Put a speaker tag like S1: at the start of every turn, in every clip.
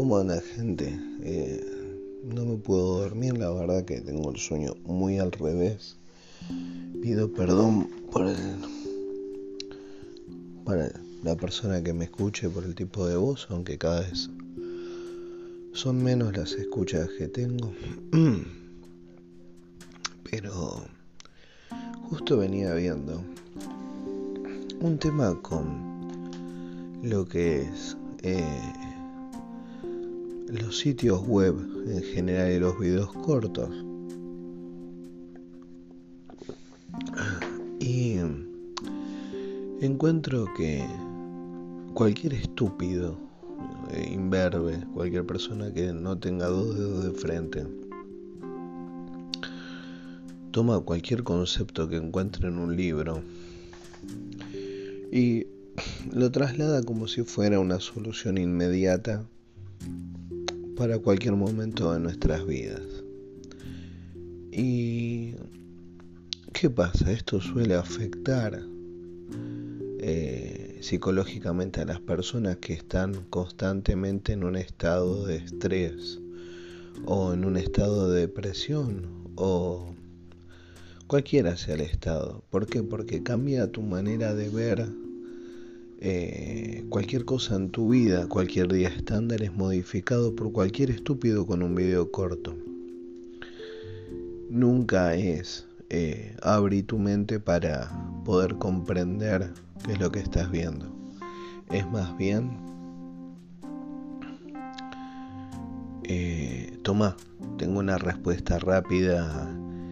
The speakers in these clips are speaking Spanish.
S1: ¿Cómo anda, gente? No me puedo dormir, la verdad que tengo el sueño muy al revés. Pido perdón para la persona que me escuche por el tipo de voz, aunque cada vez son menos las escuchas que tengo. Pero justo venía viendo un tema con lo que es los sitios web en general y los videos cortos. Y encuentro que cualquier estúpido, imberbe, cualquier persona que no tenga dos dedos de frente, toma cualquier concepto que encuentre en un libro y lo traslada como si fuera una solución inmediata para cualquier momento de nuestras vidas. ¿Y qué pasa? Esto suele afectar psicológicamente a las personas que están constantemente en un estado de estrés o en un estado de depresión o cualquiera sea el estado. ¿Por qué? Porque cambia tu manera de ver cualquier cosa en tu vida. Cualquier día estándar es modificado por cualquier estúpido con un video corto. Nunca es abrir tu mente para poder comprender qué es lo que estás viendo. Es más bien toma, tengo una respuesta rápida,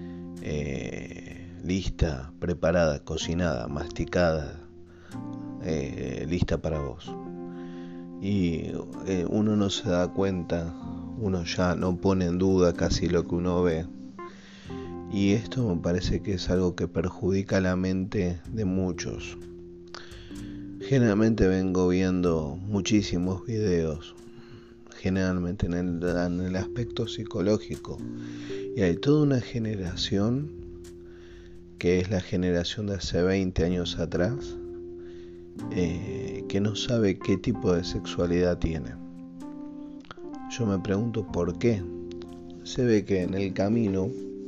S1: lista, preparada, cocinada, masticada, lista para vos. Y uno no se da cuenta, uno ya no pone en duda casi lo que uno ve. Y esto me parece que es algo que perjudica la mente de muchos. Generalmente vengo viendo muchísimos videos, generalmente en el aspecto psicológico. Y hay toda una generación, que es la generación de hace 20 años atrás, que no sabe qué tipo de sexualidad tiene. Yo me pregunto por qué. Se ve que en el camino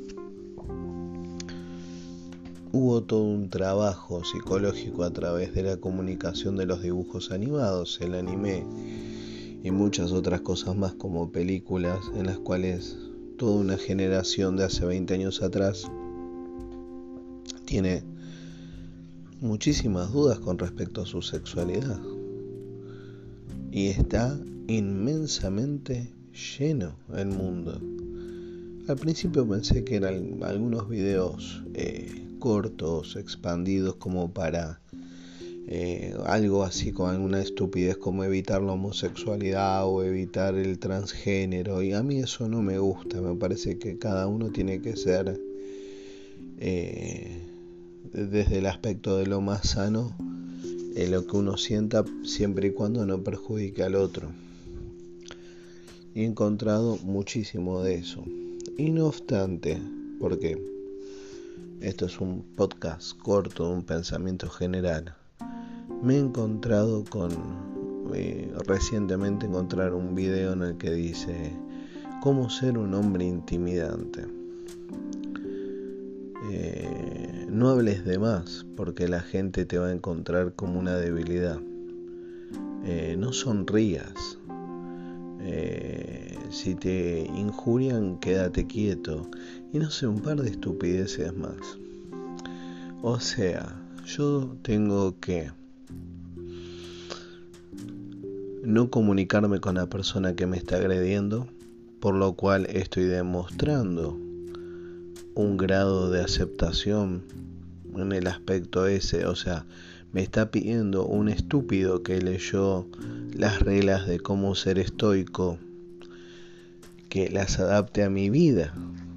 S1: hubo todo un trabajo psicológico a través de la comunicación de los dibujos animados, el anime y muchas otras cosas más como películas, en las cuales toda una generación de hace 20 años atrás tiene muchísimas dudas con respecto a su sexualidad. Y está inmensamente lleno el mundo. Al principio pensé que eran algunos videos cortos, expandidos como para algo así con alguna estupidez como evitar la homosexualidad o evitar el transgénero, y a mí eso no me gusta. Me parece que cada uno tiene que ser desde el aspecto de lo más sano, lo que uno sienta, siempre y cuando no perjudique al otro. Y he encontrado muchísimo de eso. Y no obstante, porque esto es un podcast corto, un pensamiento general, me he encontrado con recientemente encontrar un video en el que dice cómo ser un hombre intimidante. No hables de más, porque la gente te va a encontrar como una debilidad. No sonrías. Si te injurian, quédate quieto. Y no sé, un par de estupideces más. O sea, yo tengo que no comunicarme con la persona que me está agrediendo, por lo cual estoy demostrando un grado de aceptación en el aspecto ese. O sea, me está pidiendo un estúpido que leyó las reglas de cómo ser estoico, que las adapte a mi vida.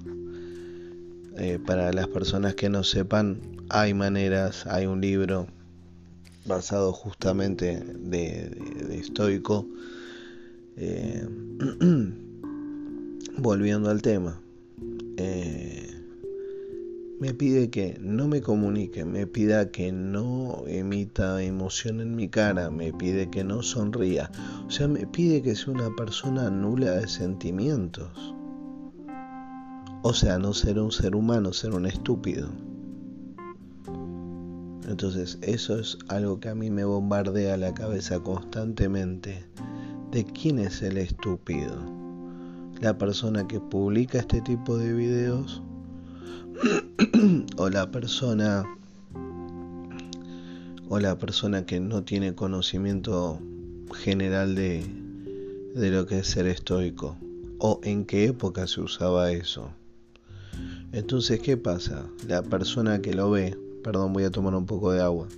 S1: Para las personas que no sepan, hay maneras, hay un libro basado justamente de estoico. Volviendo al tema, me pide que no me comunique, me pida que no emita emoción en mi cara, me pide que no sonría, o sea, me pide que sea una persona nula de sentimientos. O sea, no ser un ser humano, ser un estúpido. Entonces, eso es algo que a mí me bombardea la cabeza constantemente. ¿De quién es el estúpido? ¿La persona que publica este tipo de videos? ¿O la persona que no tiene conocimiento general de lo que es ser estoico? ¿O en qué época se usaba eso? Entonces, ¿qué pasa? La persona que lo ve, perdón, voy a tomar un poco de agua.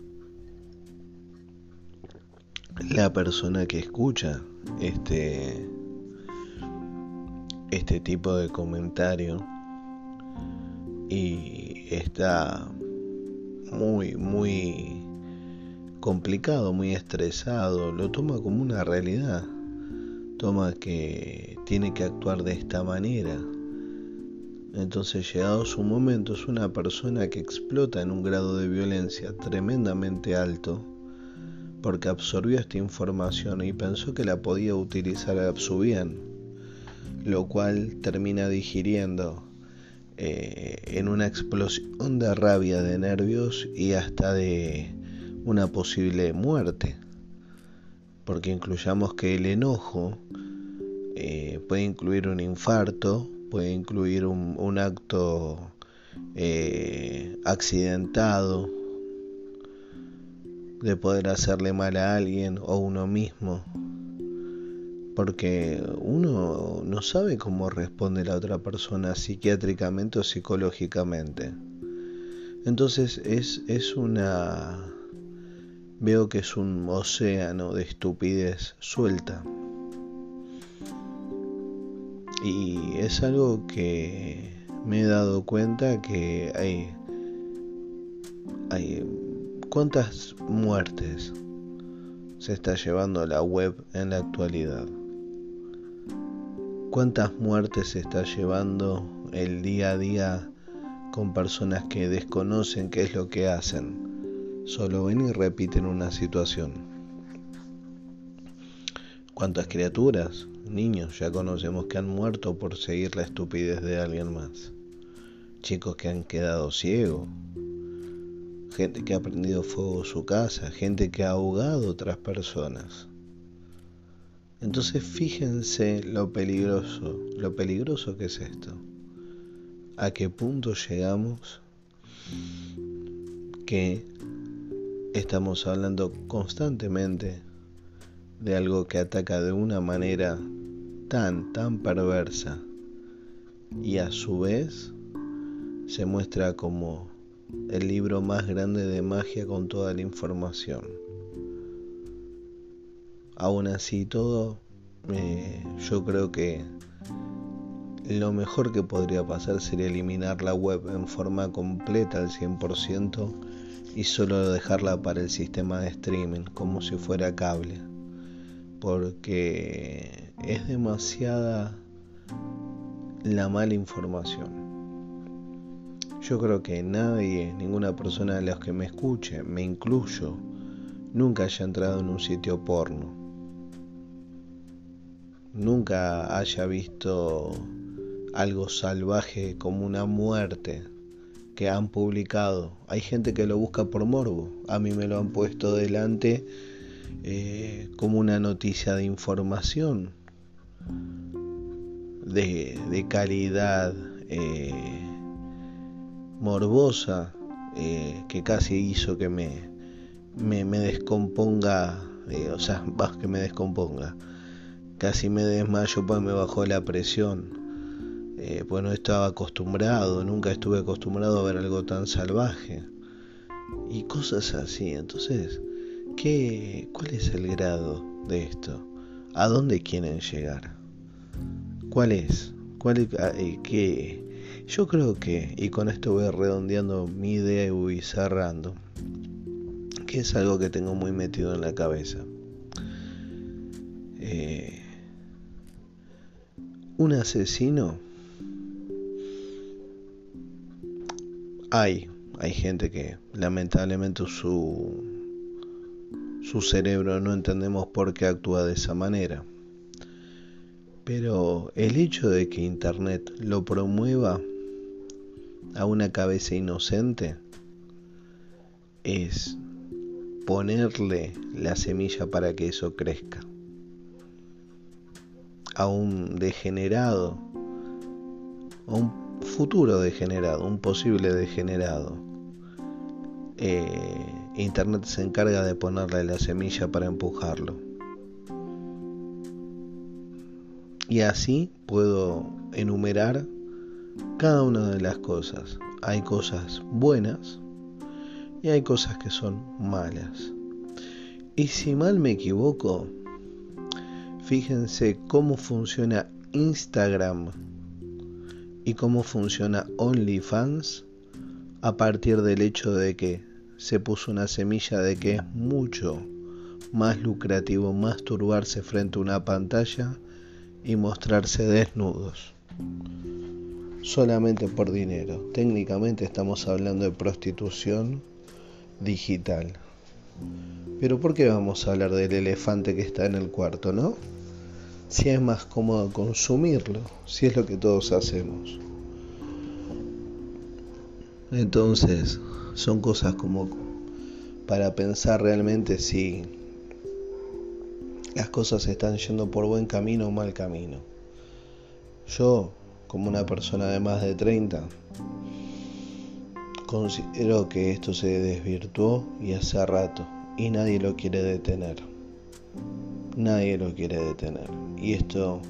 S1: La persona que escucha este tipo de comentario y está muy complicado, muy estresado, lo toma como una realidad, toma que tiene que actuar de esta manera. Entonces, llegado su momento, es una persona que explota en un grado de violencia tremendamente alto porque absorbió esta información y pensó que la podía utilizar a su bien, lo cual termina digiriendo en una explosión de rabia, de nervios y hasta de una posible muerte, porque incluyamos que el enojo puede incluir un infarto, puede incluir un acto accidentado de poder hacerle mal a alguien o uno mismo, porque uno no sabe cómo responde la otra persona psiquiátricamente o psicológicamente. Entonces veo que es un océano de estupidez suelta. Y es algo que me he dado cuenta que hay ¿cuántas muertes se está llevando la web en la actualidad? ¿Cuántas muertes se está llevando el día a día con personas que desconocen qué es lo que hacen? Solo ven y repiten una situación. ¿Cuántas criaturas, niños ya conocemos que han muerto por seguir la estupidez de alguien más? Chicos que han quedado ciegos, gente que ha prendido fuego su casa, gente que ha ahogado a otras personas. Entonces fíjense lo peligroso que es esto. ¿A qué punto llegamos que estamos hablando constantemente de algo que ataca de una manera tan perversa y a su vez se muestra como el libro más grande de magia con toda la información? Aún así todo, yo creo que lo mejor que podría pasar sería eliminar la web en forma completa al 100% y solo dejarla para el sistema de streaming como si fuera cable, porque es demasiada la mala información. Yo creo que nadie, ninguna persona de los que me escuche, me incluyo, nunca haya entrado en un sitio porno, nunca haya visto algo salvaje como una muerte que han publicado. Hay gente que lo busca por morbo. A mí me lo han puesto delante como una noticia de información de calidad morbosa, que casi hizo que me descomponga, que me descomponga. Casi me desmayo, pues me bajó la presión. Pues no estaba acostumbrado, nunca estuve acostumbrado a ver algo tan salvaje y cosas así. Entonces, ¿cuál es el grado de esto? ¿A dónde quieren llegar? ¿Cuál es? ¿Qué? Yo creo que, y con esto voy redondeando mi idea y voy cerrando, que es algo que tengo muy metido en la cabeza. Un asesino Hay gente que lamentablemente su cerebro no entendemos por qué actúa de esa manera. Pero el hecho de que Internet lo promueva a una cabeza inocente es ponerle la semilla para que eso crezca. A un degenerado, a un futuro degenerado, un posible degenerado, Internet se encarga de ponerle la semilla para empujarlo. Y así puedo enumerar cada una de las cosas. Hay cosas buenas y hay cosas que son malas. Y si mal me equivoco, fíjense cómo funciona Instagram y cómo funciona OnlyFans a partir del hecho de que se puso una semilla de que es mucho más lucrativo masturbarse frente a una pantalla y mostrarse desnudos solamente por dinero. Técnicamente estamos hablando de prostitución digital. Pero ¿por qué vamos a hablar del elefante que está en el cuarto, no? Si es más cómodo consumirlo, si es lo que todos hacemos. Entonces, son cosas como para pensar realmente si las cosas están yendo por buen camino o mal camino. Yo, como una persona de más de 30, considero que esto se desvirtuó y hace rato, y nadie lo quiere detener. Nadie lo quiere detener. Y esto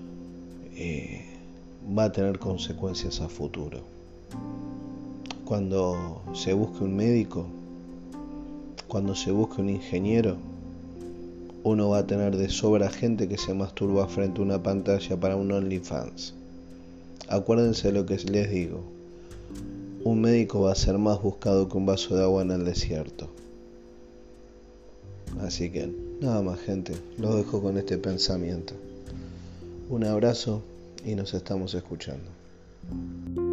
S1: va a tener consecuencias a futuro. Cuando se busque un médico, cuando se busque un ingeniero, uno va a tener de sobra gente que se masturba frente a una pantalla para un OnlyFans. Acuérdense de lo que les digo. Un médico va a ser más buscado que un vaso de agua en el desierto. Así que nada más, gente, los dejo con este pensamiento. Un abrazo y nos estamos escuchando.